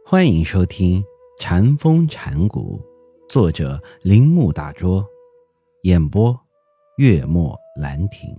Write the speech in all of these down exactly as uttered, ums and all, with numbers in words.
欢迎收听《禅风禅谷》，作者铃木大拙，演播月末兰亭。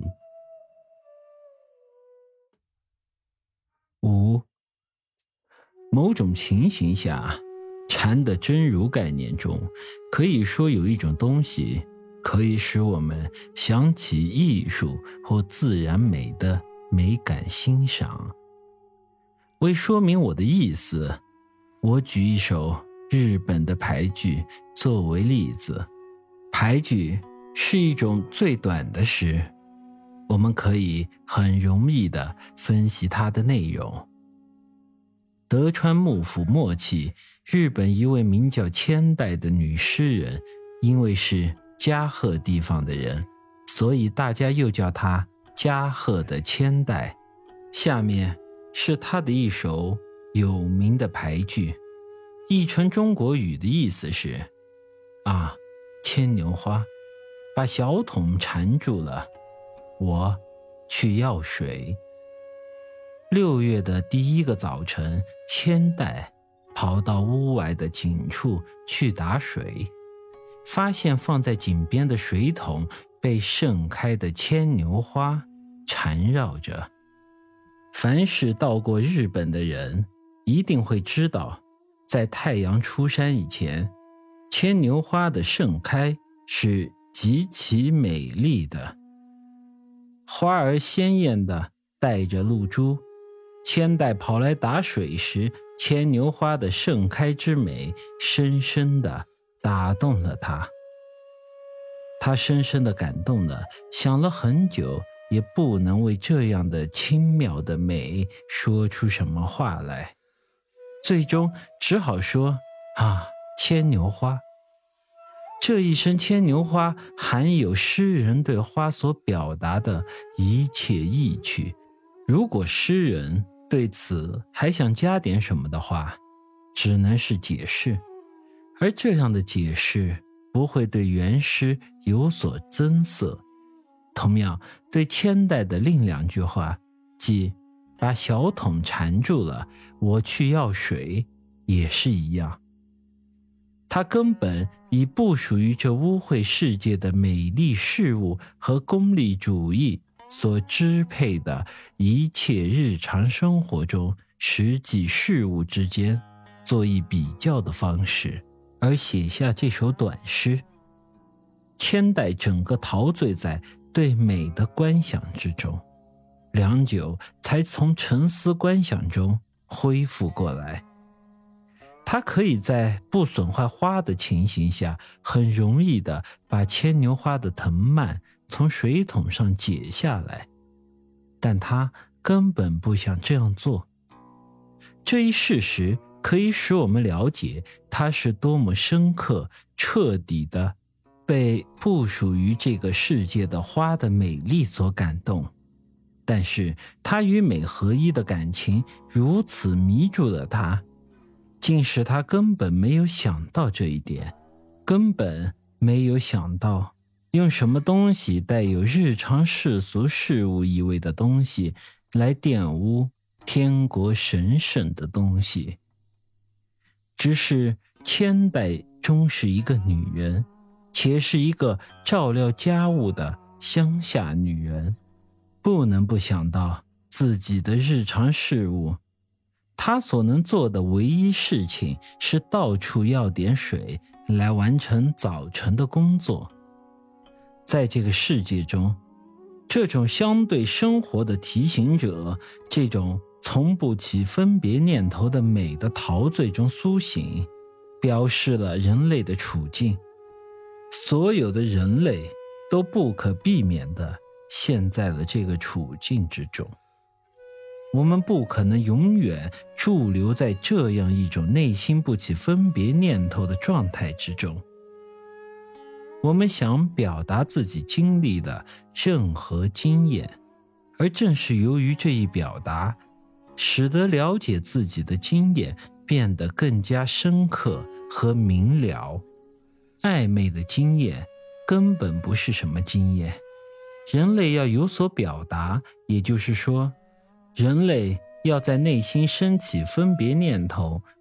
五，某种情形下，禅的真如概念中，可以说有一种东西可以使我们想起艺术或自然美的美感欣赏。为说明我的意思，我举一首日本的俳句作为例子。俳句是一种最短的诗，我们可以很容易地分析它的内容。德川幕府末期，日本一位名叫千代的女诗人，因为是加贺地方的人，所以大家又叫她加贺的千代。下面是她的一首有名的俳句，译成中国语的意思是：啊，牵牛花，把小桶缠住了，我去要水。六月的第一个早晨，千代跑到屋外的井处去打水，发现放在井边的水桶被盛开的牵牛花缠绕着。凡是到过日本的人一定会知道，在太阳出山以前，牵牛花的盛开是极其美丽的，花儿鲜艳地带着露珠。千代跑来打水时，牵牛花的盛开之美深深地打动了他。他深深地感动了，想了很久，也不能为这样的轻妙的美说出什么话来，最终只好说：啊，牵牛花。这一声牵牛花含有诗人对花所表达的一切意趣，如果诗人对此还想加点什么的话，只能是解释，而这样的解释不会对原诗有所增色。同样，对千代的另两句话，即把小桶缠住了，我去要水，也是一样。他根本以不属于这污秽世界的美丽事物和功利主义所支配的一切日常生活中实际事物之间做一比较的方式，而写下这首短诗。千代整个陶醉在对美的观想之中，良久才从沉思观想中恢复过来。他可以在不损坏花的情形下，很容易地把牵牛花的藤蔓从水桶上解下来，但他根本不想这样做。这一事实可以使我们了解他是多么深刻、彻底地被不属于这个世界的花的美丽所感动。但是他与美合一的感情如此迷住了他，竟使他根本没有想到这一点，根本没有想到用什么东西带有日常世俗事物意味的东西来玷污天国神圣的东西。只是千代终是一个女人，且是一个照料家务的乡下女人，不能不想到自己的日常事物。她所能做的唯一事情是到处要点水来完成早晨的工作。在这个世界中，这种相对生活的提醒者，这种从不起分别念头的美的陶醉中苏醒，表示了人类的处境。所有的人类都不可避免地陷在了这个处境之中。我们不可能永远驻留在这样一种内心不起分别念头的状态之中。我们想表达自己经历的任何经验，而正是由于这一表达，使得了解自己的经验变得更加深刻和明了。暧昧的经验根本不是什么经验，人类要有所表达，也就是说，人类要在内心升起分别念头，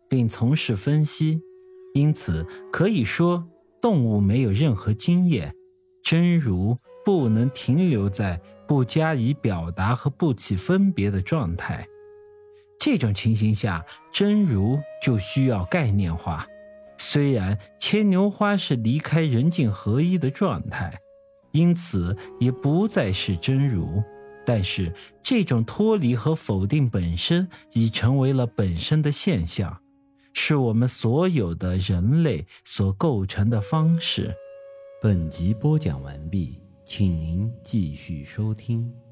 并从事分析，因此可以说动物没有任何经验，真如不能停留在不加以表达和不起分别的状态。这种情形下，真如就需要概念化。虽然牵牛花是离开人境合一的状态，因此也不再是真如，但是这种脱离和否定本身已成为了本身的现象，是我们所有的人类所构成的方式。 本集播讲完毕，请您继续收听。